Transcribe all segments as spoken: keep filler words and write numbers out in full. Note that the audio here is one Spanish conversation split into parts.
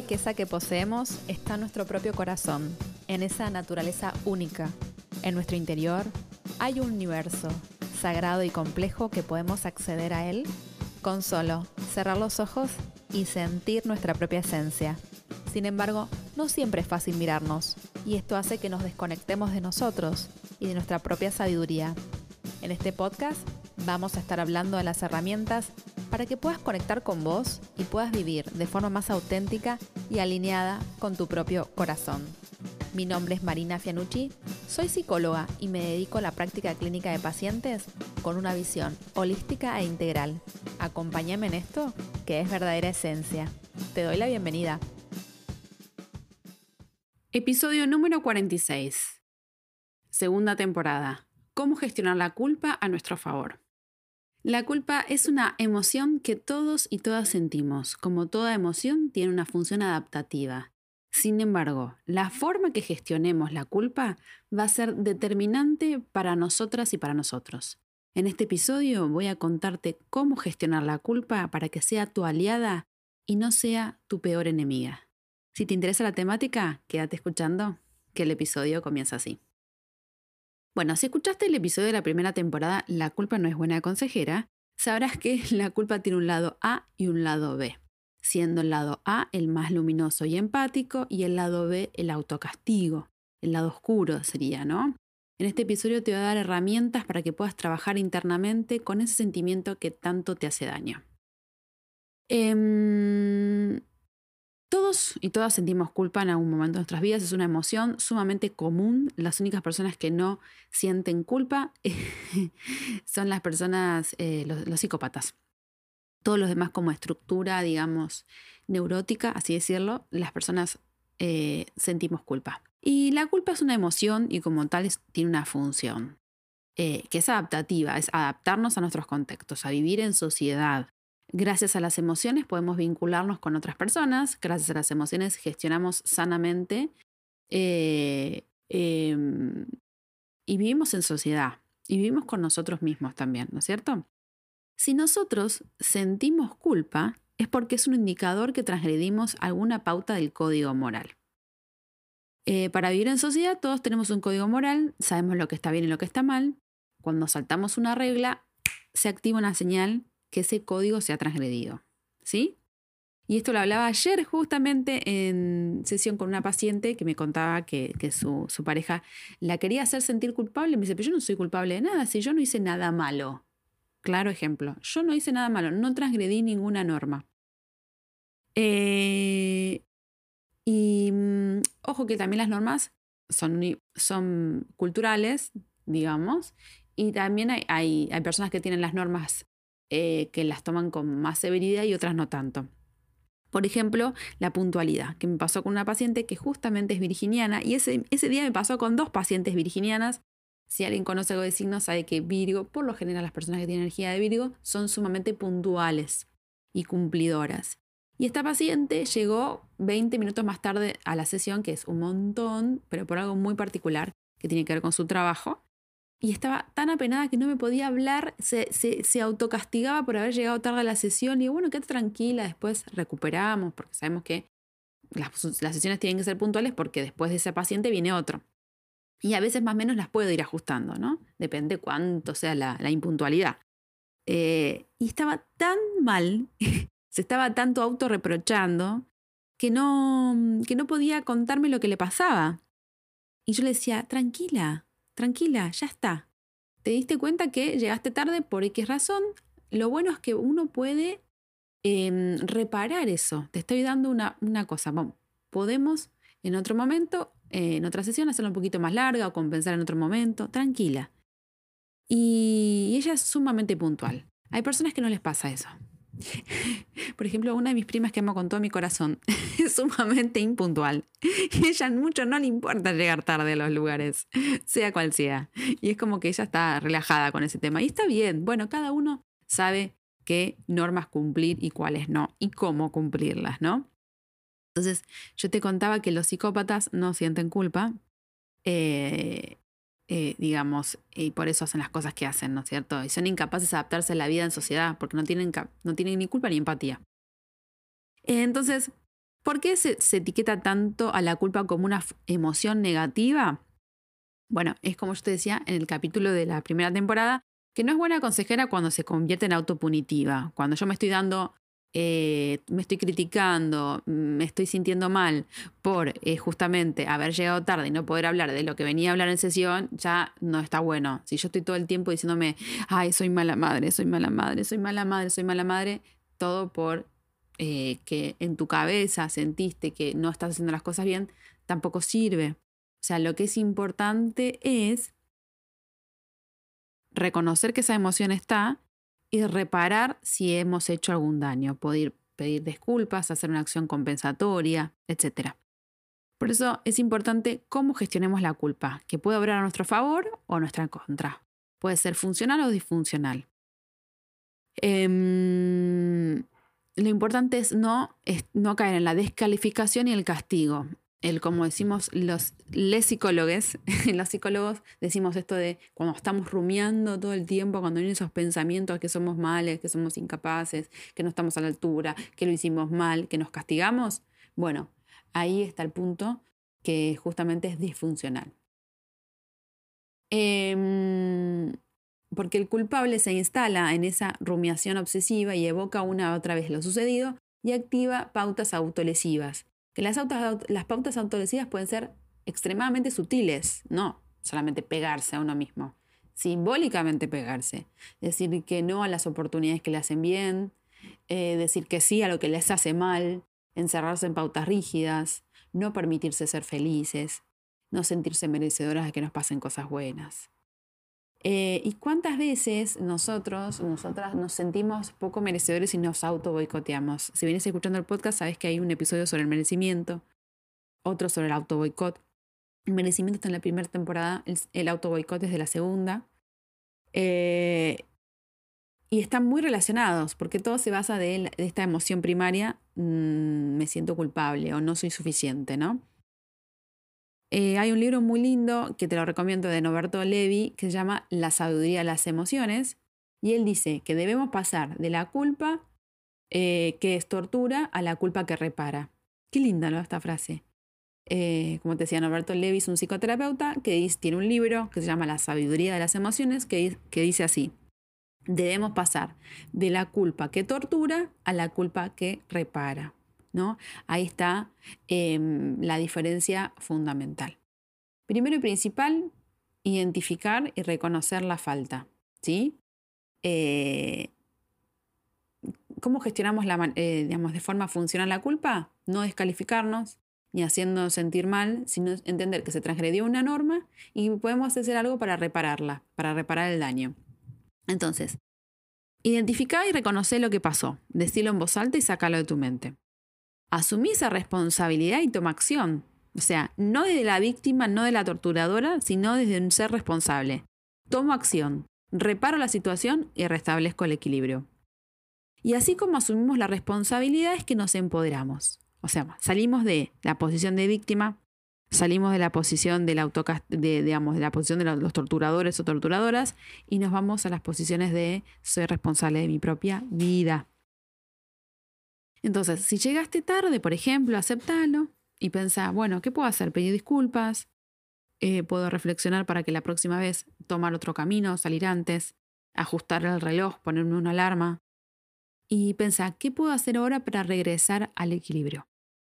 riqueza que poseemos está en nuestro propio corazón, en esa naturaleza única. En nuestro interior hay un universo sagrado y complejo que podemos acceder a él con solo cerrar los ojos y sentir nuestra propia esencia. Sin embargo, no siempre es fácil mirarnos, y esto hace que nos desconectemos de nosotros y de nuestra propia sabiduría. En este podcast vamos a estar hablando de las herramientas para que puedas conectar con vos y puedas vivir de forma más auténtica y alineada con tu propio corazón. Mi nombre es Marina Fianucci, soy psicóloga y me dedico a la práctica clínica de pacientes con una visión holística e integral. Acompáñame en esto, que es verdadera esencia. Te doy la bienvenida. Episodio número cuarenta y seis. Segunda temporada. ¿Cómo gestionar la culpa a nuestro favor? La culpa es una emoción que todos y todas sentimos. Como toda emoción, tiene una función adaptativa. Sin embargo, la forma que gestionemos la culpa va a ser determinante para nosotras y para nosotros. En este episodio voy a contarte cómo gestionar la culpa para que sea tu aliada y no sea tu peor enemiga. Si te interesa la temática, quédate escuchando, que el episodio comienza así. Bueno, si escuchaste el episodio de la primera temporada, La culpa no es buena consejera, sabrás que la culpa tiene un lado A y un lado B, siendo el lado A el más luminoso y empático y el lado B el autocastigo, el lado oscuro sería, ¿no? En este episodio te voy a dar herramientas para que puedas trabajar internamente con ese sentimiento que tanto te hace daño. Eh, Todos y todas sentimos culpa en algún momento de nuestras vidas, es una emoción sumamente común. Las únicas personas que no sienten culpa son las personas, eh, los, los psicópatas. Todos los demás como estructura, digamos, neurótica, así decirlo, las personas eh, sentimos culpa. Y la culpa es una emoción y como tal es, tiene una función, eh, que es adaptativa, es adaptarnos a nuestros contextos, a vivir en sociedad. Gracias a las emociones podemos vincularnos con otras personas, gracias a las emociones gestionamos sanamente eh, eh, y vivimos en sociedad y vivimos con nosotros mismos también, ¿no es cierto? Si nosotros sentimos culpa es porque es un indicador que transgredimos alguna pauta del código moral. Eh, para vivir en sociedad todos tenemos un código moral, sabemos lo que está bien y lo que está mal. Cuando saltamos una regla, se activa una señal que ese código se ha transgredido, ¿sí? Y esto lo hablaba ayer justamente en sesión con una paciente que me contaba que, que su, su pareja la quería hacer sentir culpable. Me dice, pero yo no soy culpable de nada, si yo no hice nada malo. Claro ejemplo, yo no hice nada malo, no transgredí ninguna norma. Eh, y mm, ojo que también las normas son, son culturales, digamos, y también hay, hay, hay personas que tienen las normas eh, que las toman con más severidad y otras no tanto. Por ejemplo, la puntualidad, que me pasó con una paciente que justamente es virginiana, y ese, ese día me pasó con dos pacientes virginianas. Si alguien conoce algo de signos, sabe que Virgo, por lo general las personas que tienen energía de Virgo, son sumamente puntuales y cumplidoras. Y esta paciente llegó veinte minutos más tarde a la sesión, que es un montón, pero por algo muy particular que tiene que ver con su trabajo. Y estaba tan apenada que no me podía hablar, se, se, se autocastigaba por haber llegado tarde a la sesión. Y bueno, quédate tranquila, después recuperamos, porque sabemos que las, las sesiones tienen que ser puntuales porque después de ese paciente viene otro. Y a veces más o menos las puedo ir ajustando, ¿no? Depende cuánto sea la, la impuntualidad. Eh, y estaba tan mal, se estaba tanto autorreprochando, que no, que no podía contarme lo que le pasaba. Y yo le decía, tranquila, tranquila, ya está. Te diste cuenta que llegaste tarde por X razón. Lo bueno es que uno puede eh, reparar eso. Te estoy dando una, una cosa. Bueno, podemos en otro momento, eh, en otra sesión, hacerla un poquito más larga o compensar en otro momento. Tranquila. Y ella es sumamente puntual. Hay personas que no les pasa eso. Por ejemplo, una de mis primas que amo con todo mi corazón es sumamente impuntual. Y a ella mucho no le importa llegar tarde a los lugares, sea cual sea. Y es como que ella está relajada con ese tema. Y está bien. Bueno, cada uno sabe qué normas cumplir y cuáles no. Y cómo cumplirlas, ¿no? Entonces, yo te contaba que los psicópatas no sienten culpa. Eh, eh, digamos, y por eso hacen las cosas que hacen, ¿no es cierto? Y son incapaces de adaptarse a la vida en sociedad porque no tienen, no tienen ni culpa ni empatía. Entonces, ¿Por qué se, se etiqueta tanto a la culpa como una emoción negativa? Bueno, es como yo te decía en el capítulo de la primera temporada, que no es buena consejera cuando se convierte en autopunitiva. Cuando yo me estoy dando, eh, me estoy criticando, me estoy sintiendo mal por eh, justamente haber llegado tarde y no poder hablar de lo que venía a hablar en sesión, ya no está bueno. Si yo estoy todo el tiempo diciéndome, ay, soy mala madre, soy mala madre, soy mala madre, soy mala madre, todo por eh, que en tu cabeza sentiste que no estás haciendo las cosas bien, tampoco sirve. O sea, lo que es importante es reconocer que esa emoción está y reparar si hemos hecho algún daño, poder pedir disculpas, hacer una acción compensatoria, etcétera. Por eso es importante cómo gestionemos la culpa, que puede obrar a nuestro favor o a nuestra contra. Puede ser funcional o disfuncional. Eh, lo importante es no, es no caer en la descalificación y el castigo. El, como decimos los les psicólogos, los psicólogos decimos esto de cuando estamos rumiando todo el tiempo, cuando vienen esos pensamientos que somos males, que somos incapaces, que no estamos a la altura, que lo hicimos mal, que nos castigamos. Bueno, ahí está el punto que justamente es disfuncional. Eh, porque el culpable se instala en esa rumiación obsesiva y evoca una otra vez lo sucedido y activa pautas autolesivas. Que las, autos, las pautas autolesivas pueden ser extremadamente sutiles, no solamente pegarse a uno mismo, simbólicamente pegarse, decir que no a las oportunidades que le hacen bien, eh, decir que sí a lo que les hace mal, encerrarse en pautas rígidas, no permitirse ser felices, no sentirse merecedoras de que nos pasen cosas buenas. Eh, ¿Y cuántas veces nosotros, nosotras nos sentimos poco merecedores y nos auto boicoteamos? Si vienes escuchando el podcast, sabes que hay un episodio sobre el merecimiento, otro sobre el auto boicot. El merecimiento está en la primera temporada, el, el auto boicot es de la segunda. Eh, y están muy relacionados, porque todo se basa de, de esta emoción primaria, mmm, me siento culpable o no soy suficiente, ¿no? Eh, hay un libro muy lindo que te lo recomiendo de Norberto Levi que se llama La sabiduría de las emociones y él dice que debemos pasar de la culpa eh, que es tortura a la culpa que repara. Qué linda, ¿no? Esta frase. Eh, como te decía, Norberto Levi es un psicoterapeuta que dice, tiene un libro que se llama La sabiduría de las emociones que, que dice así: debemos pasar de la culpa que tortura a la culpa que repara, ¿no? Ahí está eh, la diferencia fundamental. Primero y principal, identificar y reconocer la falta, ¿sí? Eh, ¿Cómo gestionamos la, eh, digamos, de forma funcional la culpa? No descalificarnos ni haciéndonos sentir mal, sino entender que se transgredió una norma y podemos hacer algo para repararla, para reparar el daño. Entonces, identificar y reconocer lo que pasó, decirlo en voz alta y sacarlo de tu mente. Asumí esa responsabilidad y toma acción. O sea, no desde la víctima, no de la torturadora, sino desde un ser responsable. Tomo acción, reparo la situación y restablezco el equilibrio. Y así como asumimos la responsabilidad es que nos empoderamos. O sea, salimos de la posición de víctima, salimos de la posición de la, autocast- de, digamos, de la posición de los torturadores o torturadoras y nos vamos a las posiciones de soy responsable de mi propia vida. Entonces, si llegaste tarde, por ejemplo, aceptalo y pensá, bueno, ¿qué puedo hacer? Pedir disculpas, eh, puedo reflexionar para que la próxima vez tomar otro camino, salir antes, ajustar el reloj, ponerme una alarma. Y pensá, ¿qué puedo hacer ahora para regresar al equilibrio?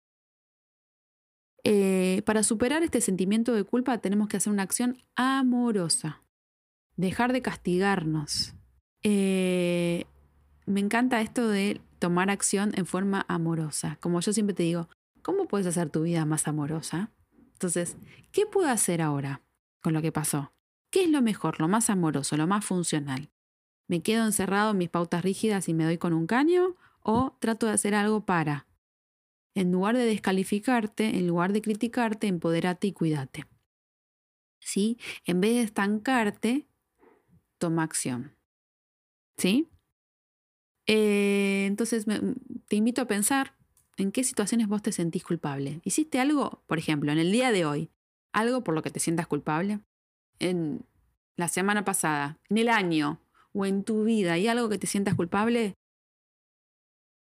Eh, para superar este sentimiento de culpa tenemos que hacer una acción amorosa. Dejar de castigarnos. Eh, me encanta esto de tomar acción en forma amorosa. Como yo siempre te digo, ¿cómo puedes hacer tu vida más amorosa? Entonces, ¿qué puedo hacer ahora con lo que pasó? ¿Qué es lo mejor, lo más amoroso, lo más funcional? ¿Me quedo encerrado en mis pautas rígidas y me doy con un caño? ¿O trato de hacer algo para? En lugar de descalificarte, en lugar de criticarte, empodérate y cuídate. ¿Sí? En vez de estancarte, toma acción. ¿Sí? Eh, entonces me, te invito a pensar en qué situaciones vos te sentís culpable. ¿Hiciste algo, por ejemplo, en el día de hoy, algo por lo que te sientas culpable? En la semana pasada, en el año o en tu vida, ¿hay algo que te sientas culpable?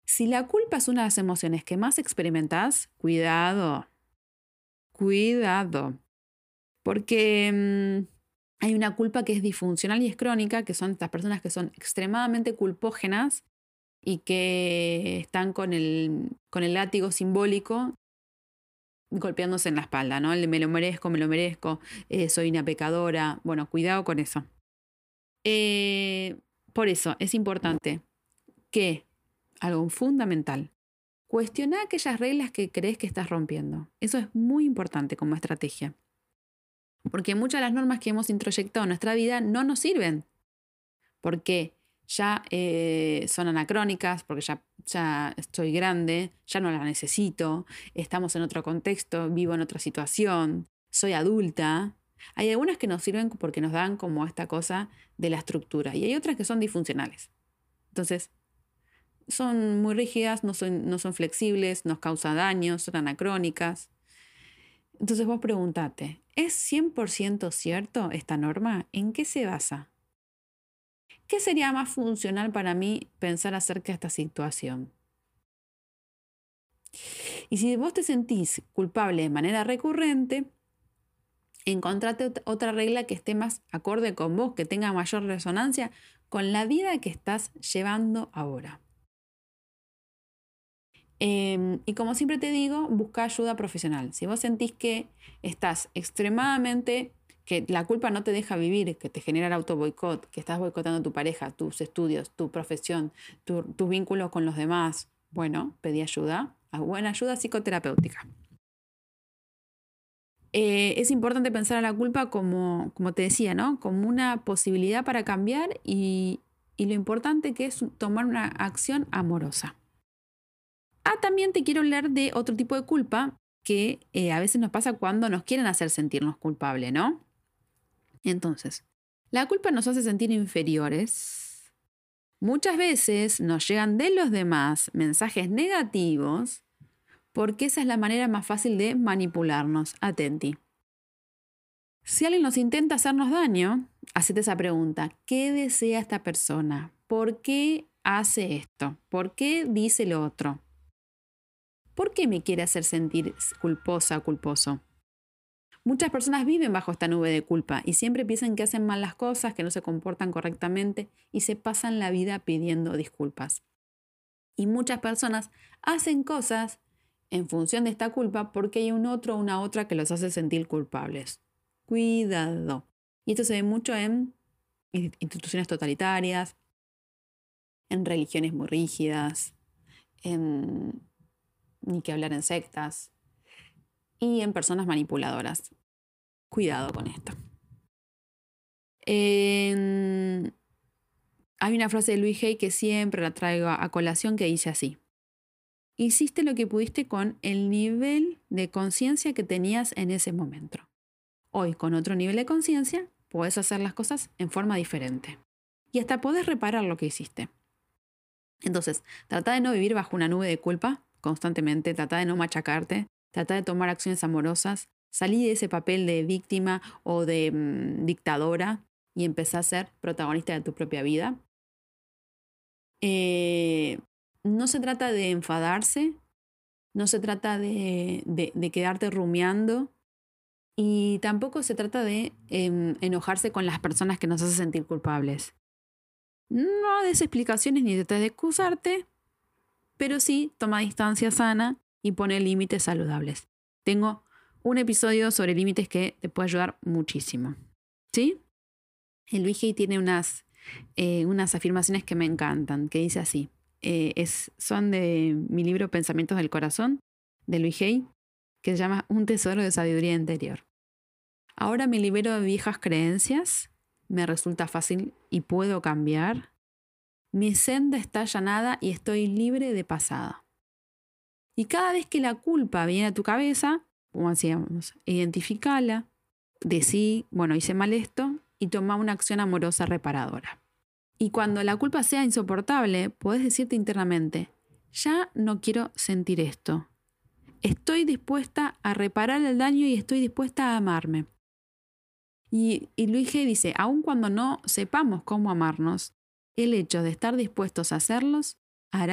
Si la culpa es una de las emociones que más experimentás, cuidado, cuidado, porque mmm, hay una culpa que es disfuncional y es crónica, que son estas personas que son extremadamente culpógenas y que están con el, con el látigo simbólico golpeándose en la espalda, ¿no? El me lo merezco, me lo merezco, eh, soy una pecadora. Bueno, cuidado con eso. Eh, por eso es importante que, algo fundamental, cuestiona aquellas reglas que crees que estás rompiendo. Eso es muy importante como estrategia. Porque muchas de las normas que hemos introyectado en nuestra vida no nos sirven. Porque ya eh, son anacrónicas, porque ya, ya estoy grande, ya no las necesito, estamos en otro contexto, vivo en otra situación, soy adulta. Hay algunas que nos sirven porque nos dan como esta cosa de la estructura y hay otras que son disfuncionales. Entonces, son muy rígidas, no son, no son flexibles, nos causan daño, son anacrónicas. Entonces vos preguntate, ¿es cien por ciento cierto esta norma? ¿En qué se basa? ¿Qué sería más funcional para mí pensar acerca de esta situación? Y si vos te sentís culpable de manera recurrente, encontrate otra regla que esté más acorde con vos, que tenga mayor resonancia con la vida que estás llevando ahora. Eh, y como siempre te digo, busca ayuda profesional. Si vos sentís que estás extremadamente, que la culpa no te deja vivir, que te genera el auto boicot, que estás boicotando a tu pareja, tus estudios, tu profesión, tu, tus vínculos con los demás, bueno, pedí ayuda, buena ayuda psicoterapéutica. Eh, es importante pensar a la culpa como, como te decía, ¿no? Como una posibilidad para cambiar y, y lo importante que es tomar una acción amorosa. Ah, también te quiero hablar de otro tipo de culpa que eh, a veces nos pasa cuando nos quieren hacer sentirnos culpables, ¿no? Entonces, la culpa nos hace sentir inferiores. Muchas veces nos llegan de los demás mensajes negativos porque esa es la manera más fácil de manipularnos. Atenti. Si alguien nos intenta hacernos daño, hacete esa pregunta. ¿Qué desea esta persona? ¿Por qué hace esto? ¿Por qué dice lo otro? ¿Por qué me quiere hacer sentir culposa o culposo? Muchas personas viven bajo esta nube de culpa y siempre piensan que hacen mal las cosas, que no se comportan correctamente y se pasan la vida pidiendo disculpas. Y muchas personas hacen cosas en función de esta culpa porque hay un otro o una otra que los hace sentir culpables. Cuidado. Y esto se ve mucho en instituciones totalitarias, en religiones muy rígidas, en ni que hablar en sectas y en personas manipuladoras. Cuidado con esto. Eh, hay una frase de Louis Hay que siempre la traigo a colación que dice así. Hiciste lo que pudiste con el nivel de conciencia que tenías en ese momento. Hoy, con otro nivel de conciencia, puedes hacer las cosas en forma diferente. Y hasta podés reparar lo que hiciste. Entonces, trata de no vivir bajo una nube de culpa constantemente, trata de no machacarte, trata de tomar acciones amorosas, salí de ese papel de víctima o de mmm, dictadora y empezá a ser protagonista de tu propia vida. Eh, no se trata de enfadarse, no se trata de, de, de quedarte rumiando y tampoco se trata de eh, enojarse con las personas que nos hacen sentir culpables. No des explicaciones ni trates de excusarte, pero sí toma distancia sana y pone límites saludables. Tengo un episodio sobre límites que te puede ayudar muchísimo. ¿Sí? El Louis Hay tiene unas, eh, unas afirmaciones que me encantan, que dice así. Eh, es, son de mi libro Pensamientos del Corazón, de Louis Hay, que se llama Un tesoro de sabiduría interior. Ahora me libero de viejas creencias, me resulta fácil y puedo cambiar. Mi senda está allanada y estoy libre de pasada. Y cada vez que la culpa viene a tu cabeza, como decíamos, identificala, decí, bueno, hice mal esto, y toma una acción amorosa reparadora. Y cuando la culpa sea insoportable, podés decirte internamente, ya no quiero sentir esto. Estoy dispuesta a reparar el daño y estoy dispuesta a amarme. Y, y Louis Hay dice, aun cuando no sepamos cómo amarnos, el hecho de estar dispuestos a hacerlos hará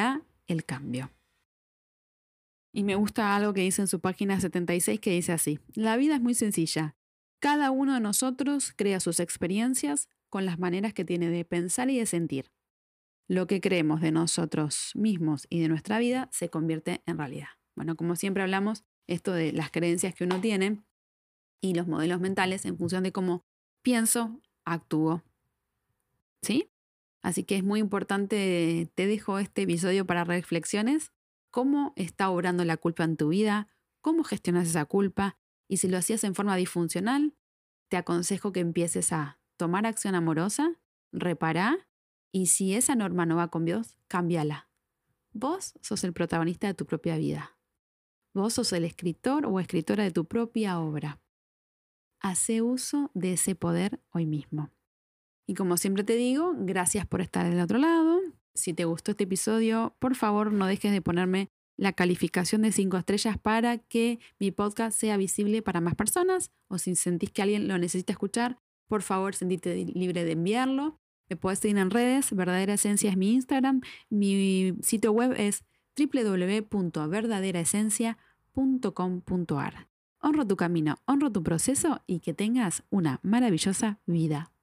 el cambio. Y me gusta algo que dice en su página setenta y seis que dice así: la vida es muy sencilla. Cada uno de nosotros crea sus experiencias con las maneras que tiene de pensar y de sentir. Lo que creemos de nosotros mismos y de nuestra vida se convierte en realidad. Bueno, como siempre hablamos, esto de las creencias que uno tiene y los modelos mentales en función de cómo pienso, actúo. ¿Sí? Así que es muy importante, te dejo este episodio para reflexiones. ¿Cómo está obrando la culpa en tu vida? ¿Cómo gestionas esa culpa? Y si lo hacías en forma disfuncional, te aconsejo que empieces a tomar acción amorosa, reparar, y si esa norma no va con Dios, cámbiala. Vos sos el protagonista de tu propia vida. Vos sos el escritor o escritora de tu propia obra. Hacé uso de ese poder hoy mismo. Y como siempre te digo, gracias por estar del otro lado. Si te gustó este episodio, por favor no dejes de ponerme la calificación de cinco estrellas para que mi podcast sea visible para más personas, o si sentís que alguien lo necesita escuchar, por favor sentite libre de enviarlo. Me puedes seguir en redes, Verdadera Esencia es mi Instagram, mi sitio web es doble u doble u doble u punto verdadera esencia punto com punto a r. Honro tu camino, honro tu proceso y que tengas una maravillosa vida.